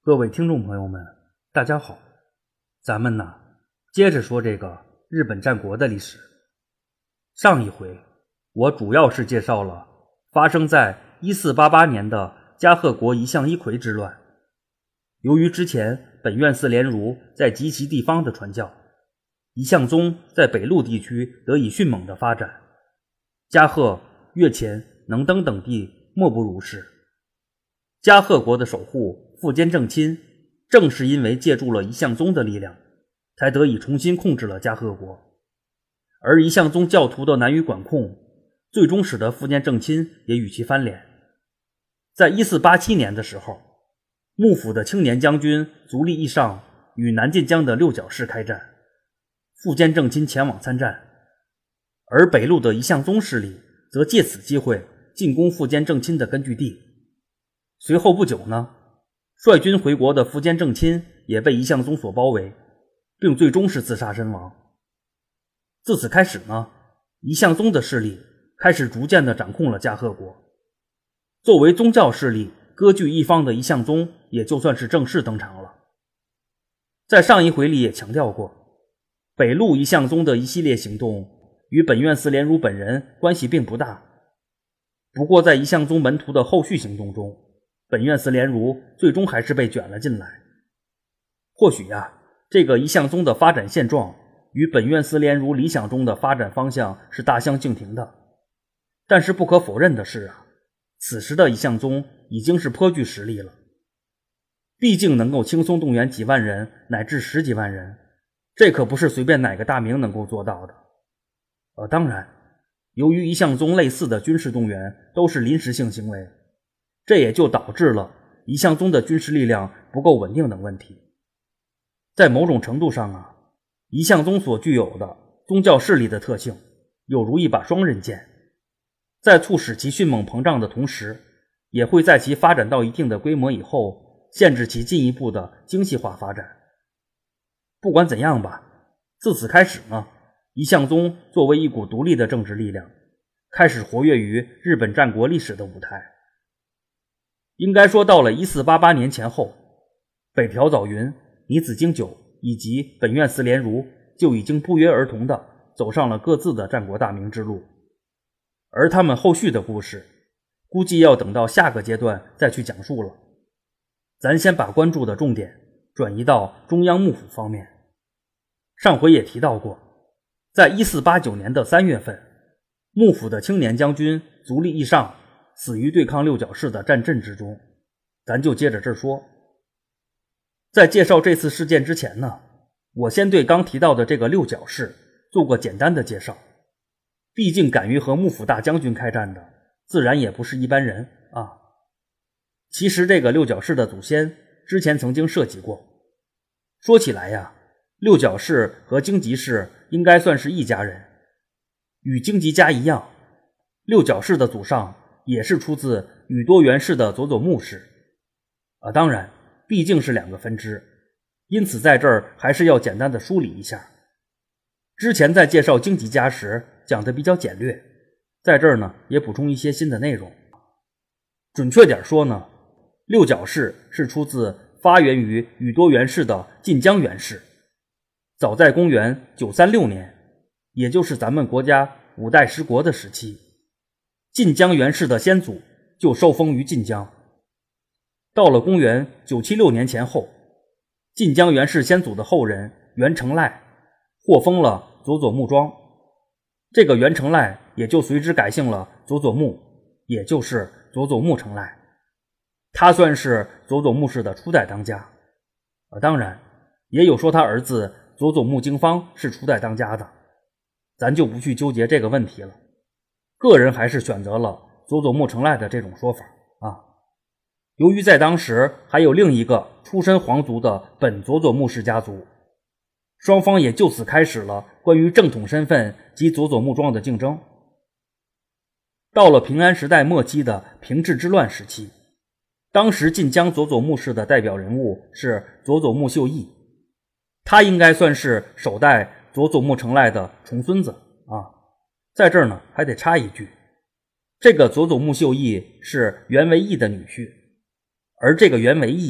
各位听众朋友们，大家好，咱们呢接着说这个日本战国的历史。上一回我主要是介绍了发生在1488年的加贺国一向一揆之乱。由于之前本院寺莲如在及其地方的传教，一向宗在北陆地区得以迅猛的发展，加贺、越前、能登等地莫不如是。加贺国的守护富坚正亲，正是因为借助了一向宗的力量，才得以重新控制了加贺国。而一向宗教徒的难于管控，最终使得富坚正亲也与其翻脸。在1487年的时候，幕府的青年将军足利义尚与南近江的六角氏开战，富坚正亲前往参战，而北陆的一向宗势力则借此机会进攻富坚正亲的根据地。随后不久呢，率军回国的富坚正亲也被一向宗所包围，并最终是自杀身亡。自此开始呢，一向宗的势力开始逐渐地掌控了加贺国。作为宗教势力割据一方的一向宗也就算是正式登场了。在上一回里也强调过，北陆一向宗的一系列行动与本院寺莲如本人关系并不大。不过在一向宗门徒的后续行动中，本院寺莲如最终还是被卷了进来。或许这个一向宗的发展现状与本院寺莲如理想中的发展方向是大相径庭的。但是不可否认的是此时的一向宗已经是颇具实力了。毕竟能够轻松动员几万人乃至十几万人，这可不是随便哪个大名能够做到的。当然，由于一向宗类似的军事动员都是临时性行为，这也就导致了一向宗的军事力量不够稳定等问题。在某种程度上一向宗所具有的宗教势力的特性有如一把双刃剑，在促使其迅猛膨胀的同时，也会在其发展到一定的规模以后限制其进一步的精细化发展。不管怎样吧，自此开始呢，一向宗作为一股独立的政治力量，开始活跃于日本战国历史的舞台。应该说到了1488年前后，北条早云、尼子经久以及本院寺莲如就已经不约而同地走上了各自的战国大名之路。而他们后续的故事估计要等到下个阶段再去讲述了。咱先把关注的重点转移到中央幕府方面。上回也提到过，在1489年的3月份，幕府的青年将军足利义尚死于对抗六角氏的战阵之中。咱就接着这儿说。在介绍这次事件之前呢，我先对刚提到的这个六角氏做过简单的介绍。毕竟敢于和幕府大将军开战的自然也不是一般人其实这个六角氏的祖先之前曾经涉及过。说起来六角氏和荆棘氏应该算是一家人。与荆棘家一样，六角氏的祖上也是出自宇多源氏的佐佐木氏。当然毕竟是两个分支，因此在这儿还是要简单的梳理一下。之前在介绍荆棘家时讲的比较简略，在这儿呢也补充一些新的内容。准确点说呢，六角氏是出自发源于宇多源氏的晋江源氏。早在公元936年，也就是咱们国家五代十国的时期，晋江源氏的先祖就受封于晋江。到了公元976年前后，晋江源氏先祖的后人源承赖获封了佐佐木庄，这个源承赖也就随之改姓了佐佐木，也就是佐佐木承赖。他算是佐佐木氏的初代当家。当然也有说他儿子佐佐木经方是初代当家的，咱就不去纠结这个问题了。个人还是选择了佐佐木承赖的这种说法由于在当时还有另一个出身皇族的本佐佐木氏家族，双方也就此开始了关于正统身份及佐佐木庄的竞争。到了平安时代末期的平治之乱时期，当时晋江佐佐木氏的代表人物是佐佐木秀义，他应该算是首代佐佐木承赖的重孙子在这儿呢还得插一句，这个佐佐木秀义是源为义的女婿，而这个源为义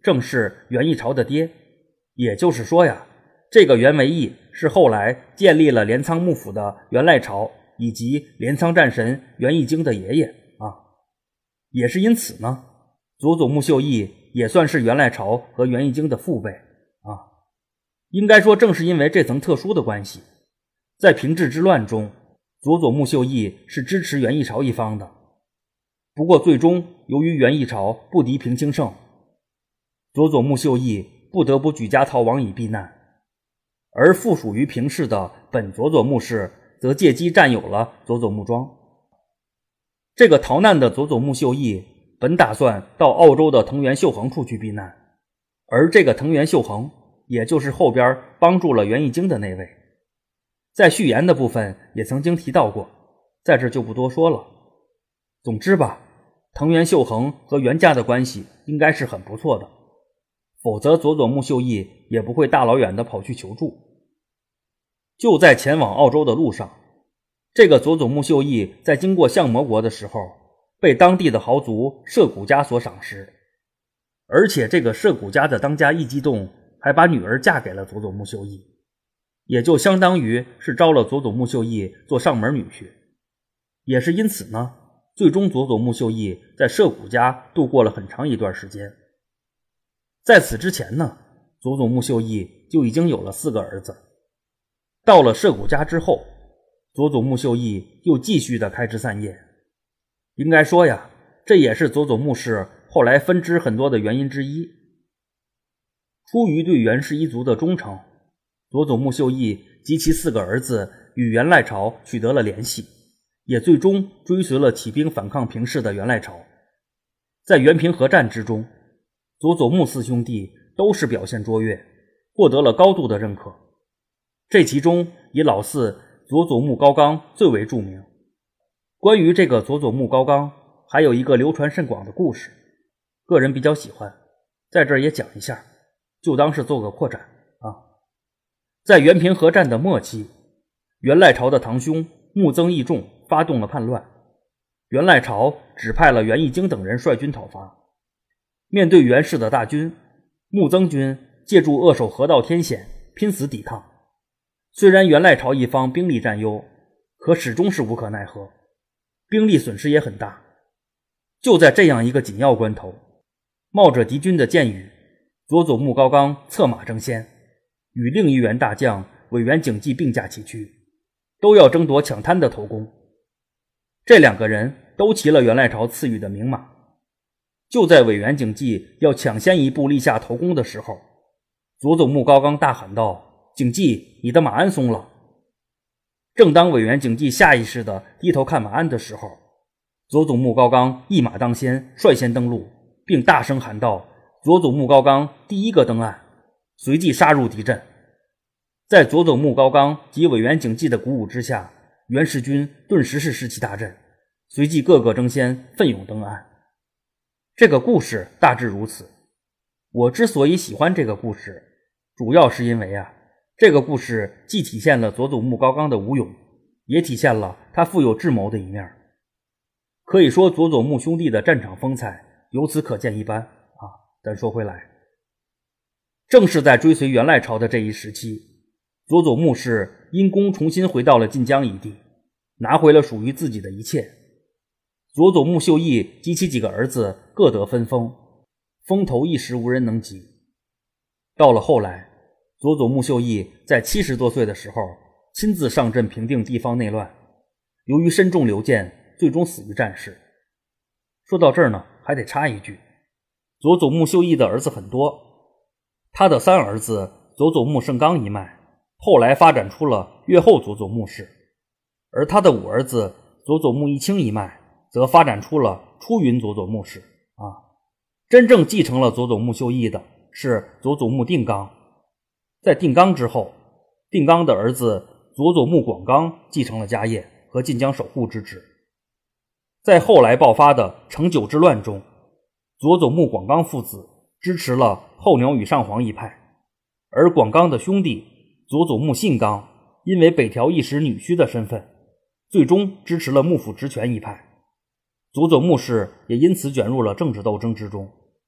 正是袁义朝的爹。也就是说呀，这个袁维义是后来建立了镰仓幕府的袁赖朝以及镰仓战神袁义经的爷爷啊。也是因此呢，佐佐木秀义也算是袁赖朝和袁义经的父辈啊。应该说正是因为这层特殊的关系，在平治之乱中，佐佐木秀义是支持袁义朝一方的。不过最终由于袁义朝不敌平清盛，佐佐木秀义不得不举家逃亡以避难，而附属于平氏的本佐佐木氏则借机占有了佐佐木庄。这个逃难的佐佐木秀义本打算到澳洲的藤原秀衡处去避难，而这个藤原秀衡也就是后边帮助了袁义经的那位，在序言的部分也曾经提到过，在这就不多说了。总之吧，藤原秀衡和袁家的关系应该是很不错的，否则佐佐木秀义也不会大老远的跑去求助。就在前往澳洲的路上，这个佐佐木秀义在经过相模国的时候，被当地的豪族涉谷家所赏识，而且这个涉谷家的当家一激动，还把女儿嫁给了佐佐木秀义，也就相当于是招了佐佐木秀义做上门女婿。也是因此呢，最终佐佐木秀义在涉谷家度过了很长一段时间。在此之前呢，佐佐木秀义就已经有了4个儿子。到了涉谷家之后，佐佐木秀义又继续的开枝散叶。应该说呀，这也是佐佐木氏后来分支很多的原因之一。出于对袁氏一族的忠诚，佐佐木秀义及其4个儿子与袁赖朝取得了联系，也最终追随了起兵反抗平氏的袁赖朝。在袁平和战之中，佐佐木4兄弟都是表现卓越，获得了高度的认可。这其中以老四佐佐木高纲最为著名。关于这个佐佐木高纲还有一个流传甚广的故事，个人比较喜欢，在这儿也讲一下，就当是做个扩展啊。在袁平和战的末期，袁赖朝的堂兄木曾义重发动了叛乱，袁赖朝指派了袁义经等人率军讨伐。面对袁氏的大军，木曾军借助扼守河道天险，拼死抵抗。虽然袁赖朝一方兵力占优，可始终是无可奈何，兵力损失也很大。就在这样一个紧要关头，冒着敌军的箭雨，佐佐木高纲策马争先，与另一员大将尾原景纪并驾齐驱，都要争夺抢滩的头功。这2个人都骑了袁赖朝赐予的名马。就在尾原景纪要抢先一步立下头功的时候，佐佐木高纲大喊道：“景纪，你的马鞍松了。”正当尾原景纪下意识地低头看马鞍的时候，佐佐木高纲一马当先，率先登陆，并大声喊道：“佐佐木高纲第一个登岸！”随即杀入敌阵。在佐佐木高纲及尾原景纪的鼓舞之下，袁氏军顿时是士气大振，随即个个争先，奋勇登岸。这个故事大致如此。我之所以喜欢这个故事，主要是因为这个故事既体现了佐佐木高纲的武勇，也体现了他富有智谋的一面。可以说佐佐木兄弟的战场风采由此可见一斑啊。咱说回来，正是在追随袁赖朝的这一时期，佐佐木氏因功重新回到了晋江一地，拿回了属于自己的一切。佐佐木秀义及其几个儿子各得分封，风头一时无人能及。到了后来，佐佐木秀义在70多岁的时候亲自上阵平定地方内乱，由于身中流箭，最终死于战事。说到这儿呢，还得插一句，佐佐木秀义的儿子很多，他的3儿子佐佐木胜纲一脉后来发展出了越后佐佐木氏，而他的5儿子佐佐木义清一脉则发展出了出云佐佐木氏啊。真正继承了佐佐木秀义的是佐佐木定纲。在定纲之后，定纲的儿子佐佐木广纲继承了家业和晋江守护之职。在后来爆发的成九之乱中，佐佐木广纲父子支持了后鸟羽上皇一派，而广纲的兄弟佐佐木信纲因为北条义时女婿的身份，最终支持了幕府职权一派。佐佐木氏也因此卷入了政治斗争之中。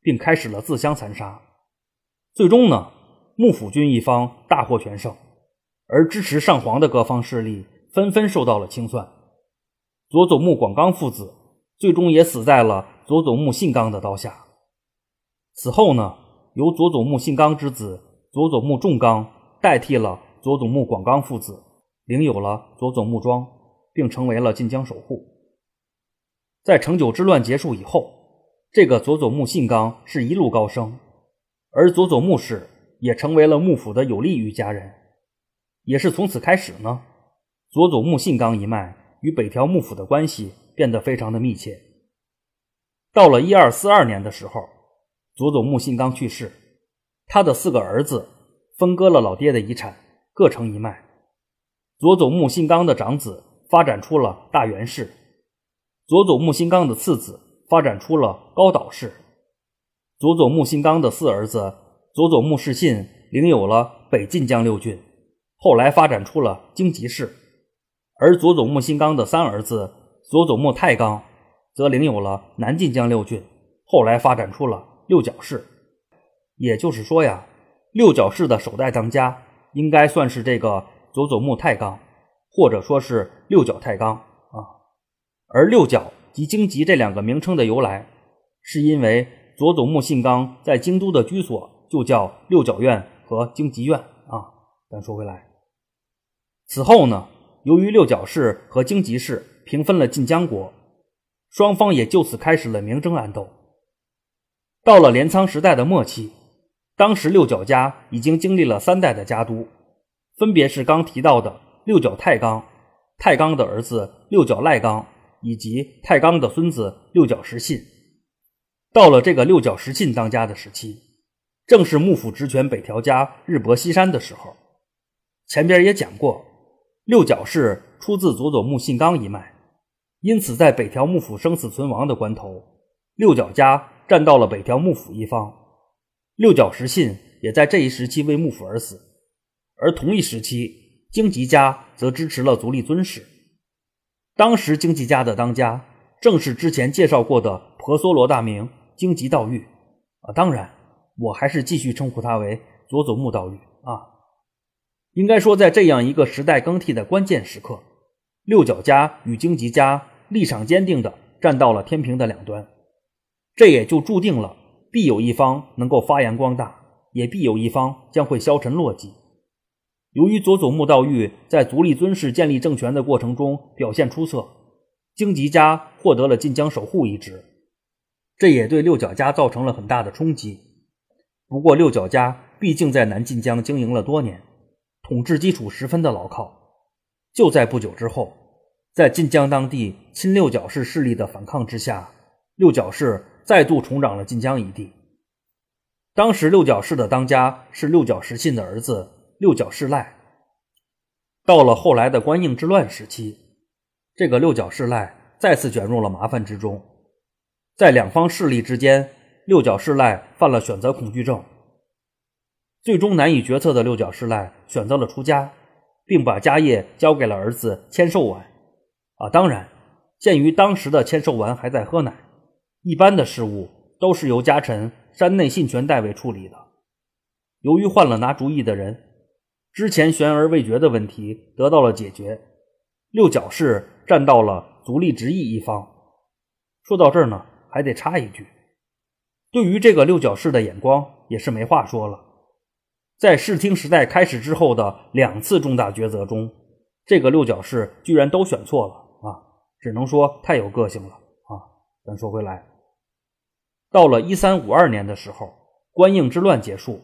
并开始了自相残杀。最终呢，幕府军一方大获全胜，而支持上皇的各方势力纷纷受到了清算。佐佐木广纲父子最终也死在了佐佐木信纲的刀下。此后呢，由佐佐木信纲之子佐佐木重纲代替了佐佐木广纲父子，领有了佐佐木庄，并成为了晋江守护。在成久之乱结束以后，这个佐佐木信纲是一路高升，而佐佐木氏也成为了幕府的有力御家人。也是从此开始呢，佐佐木信纲一脉与北条幕府的关系变得非常的密切。到了1242年的时候，佐佐木信纲去世，他的4个儿子分割了老爹的遗产，各成一脉。佐佐木信纲的长子发展出了大源氏，佐佐木信纲的次子发展出了高岛氏，佐佐木信纲的4儿子佐佐木氏信领有了北近江6郡，后来发展出了京吉氏，而佐佐木信纲的3儿子佐佐木太纲则领有了南近江6郡，后来发展出了六角氏。也就是说呀，六角氏的首代当家应该算是这个佐佐木太纲，或者说是六角太纲啊。而六角及京吉这2个名称的由来，是因为佐佐木信纲在京都的居所就叫六角院和京吉院啊。咱说回来，此后呢，由于六角氏和京吉氏平分了晋江国，双方也就此开始了明争暗斗。到了镰仓时代的末期，当时六角家已经经历了3代的家督，分别是刚提到的六角太纲、太纲的儿子六角赖纲以及太纲的孙子六角实信。到了这个六角实信当家的时期，正是幕府职权北条家日薄西山的时候。前边也讲过，六角氏出自佐佐木信纲一脉，因此在北条幕府生死存亡的关头，六角家站到了北条幕府一方。六角实信也在这一时期为幕府而死，而同一时期京吉家则支持了足利尊氏。当时京吉家的当家正是之前介绍过的婆娑罗大名京吉道育当然我还是继续称呼他为佐佐木道育啊。应该说在这样一个时代更替的关键时刻，六角家与京吉家立场坚定地站到了天平的两端，这也就注定了必有一方能够发扬光大，也必有一方将会消沉落寂。由于佐佐木道育在足利尊氏建立政权的过程中表现出色，京吉家获得了晋江守护一职，这也对六角家造成了很大的冲击。不过六角家毕竟在南晋江经营了多年，统治基础十分的牢靠。就在不久之后，在晋江当地亲六角氏势力的反抗之下，六角氏再度重掌了晋江一地。当时六角氏的当家是六角实信的儿子六角氏赖。到了后来的官应之乱时期，这个六角氏赖再次卷入了麻烦之中。在两方势力之间，六角氏赖犯了选择恐惧症，最终难以决策的六角氏赖选择了出家，并把家业交给了儿子千寿丸当然鉴于当时的千寿丸还在喝奶，一般的事务都是由家臣山内信权代为处理的。由于换了拿主意的人，之前悬而未决的问题得到了解决，六角氏站到了足利直义一方。说到这儿呢，还得插一句，对于这个六角氏的眼光也是没话说了。在室町时代开始之后的2次重大抉择中，这个六角氏居然都选错了只能说太有个性了咱说回来，到了1352年的时候，官应之乱结束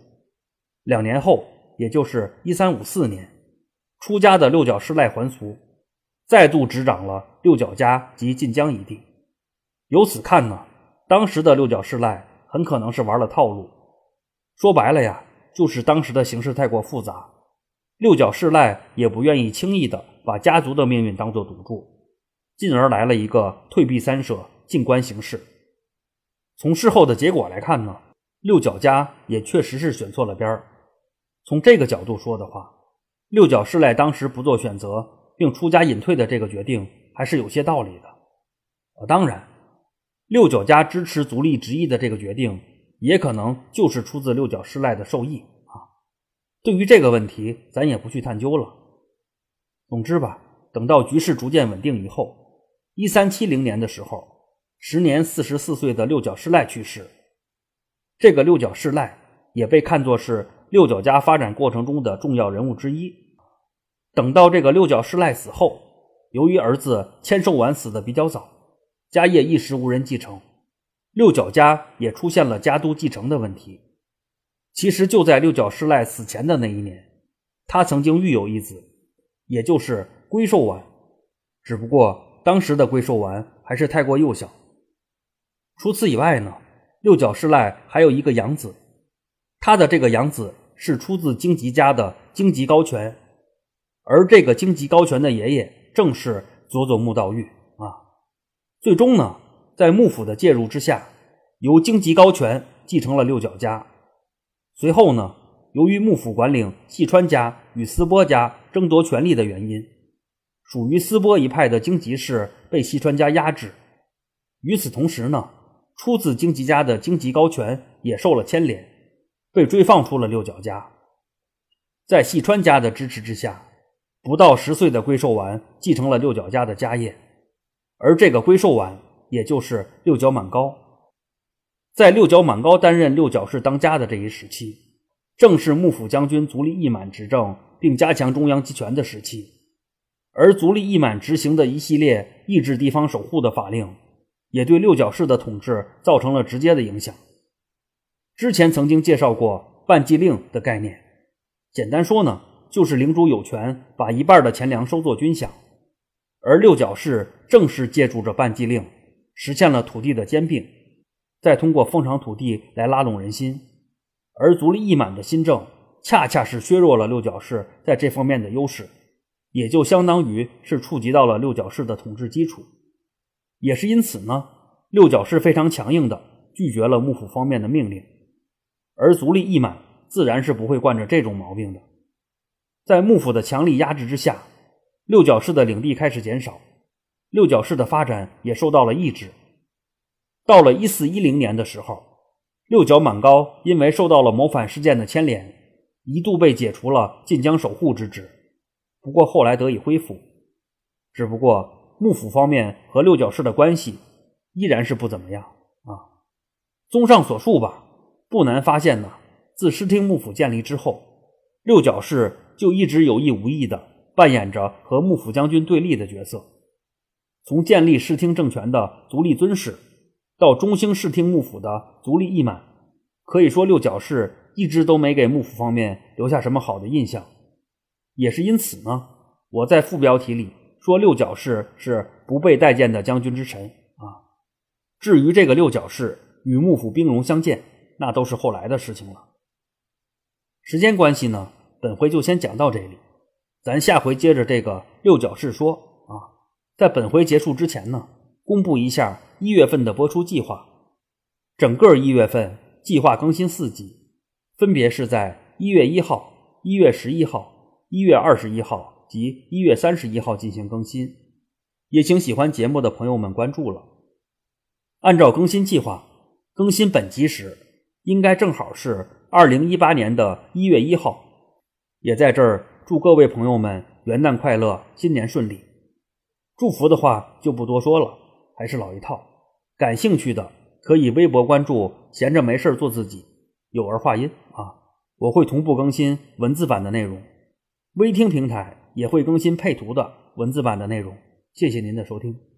，2年后，也就是1354年，出家的六角氏赖还俗，再度执掌了六角家及晋江一地。由此看呢，当时的六角氏赖很可能是玩了套路。说白了呀，就是当时的形势太过复杂，六角氏赖也不愿意轻易的把家族的命运当作赌注，进而来了一个退避三舍，静观形势。从事后的结果来看呢，六角家也确实是选错了边儿。从这个角度说的话，六角氏赖当时不做选择并出家隐退的这个决定还是有些道理的当然六角家支持足利直义的这个决定也可能就是出自六角施赖的授意啊。对于这个问题，咱也不去探究了。总之吧，等到局势逐渐稳定以后，1370年的时候，时年44岁的六角施赖去世。这个六角施赖也被看作是六角家发展过程中的重要人物之一。等到这个六角施赖死后，由于儿子千寿丸死得比较早，家业一时无人继承，六角家也出现了家督继承的问题。其实就在六角施赖死前的那一年，他曾经育有一子，也就是龟寿丸，只不过当时的龟寿丸还是太过幼小。除此以外呢，六角施赖还有一个养子，他的这个养子是出自荆棘家的荆棘高权，而这个荆棘高权的爷爷正是佐佐木道玉啊。最终呢，在幕府的介入之下，由荆棘高权继承了六角家。随后呢，由于幕府管领细川家与丝波家争夺权力的原因，属于丝波一派的荆棘氏被细川家压制。与此同时呢，出自荆棘家的荆棘高权也受了牵连，被追放出了六角家。在细川家的支持之下，不到10岁的龟寿丸继承了六角家的家业，而这个龟寿丸也就是六角满高。在六角满高担任六角氏当家的这一时期，正是幕府将军足利义满执政并加强中央集权的时期，而足利义满执行的一系列抑制地方守护的法令也对六角氏的统治造成了直接的影响。之前曾经介绍过半季令的概念，简单说呢，就是领主有权把一半的钱粮收作军饷，而六角氏正是借助着半季令实现了土地的兼并，再通过封赏土地来拉拢人心。而足利义满的新政恰恰是削弱了六角氏在这方面的优势，也就相当于是触及到了六角氏的统治基础。也是因此呢，六角氏非常强硬地拒绝了幕府方面的命令，而足利义满自然是不会惯着这种毛病的。在幕府的强力压制之下，六角氏的领地开始减少，六角氏的发展也受到了抑制。到了1410年的时候，六角满高因为受到了谋反事件的牵连，一度被解除了晋江守护之职，不过后来得以恢复。只不过幕府方面和六角氏的关系依然是不怎么样啊。综上所述吧，不难发现呢，自室町幕府建立之后，六角氏就一直有意无意地扮演着和幕府将军对立的角色。从建立室町政权的足利尊氏到中兴室町幕府的足利义满，可以说六角氏一直都没给幕府方面留下什么好的印象。也是因此呢，我在副标题里说六角氏是不被待见的将军之臣啊。至于这个六角氏与幕府兵戎相见，那都是后来的事情了。时间关系呢，本回就先讲到这里，咱下回接着这个六角氏说啊。在本回结束之前呢，公布一下1月份的播出计划。整个1月份计划更新4集，分别是在1月1号、1月11号、1月21号及1月31号进行更新，也请喜欢节目的朋友们关注了。按照更新计划，更新本集时应该正好是2018年的1月1号，也在这儿祝各位朋友们元旦快乐，新年顺利。祝福的话就不多说了，还是老一套，感兴趣的可以微博关注闲着没事做自己，有儿化音啊，我会同步更新文字版的内容，微听平台也会更新配图的文字版的内容。谢谢您的收听。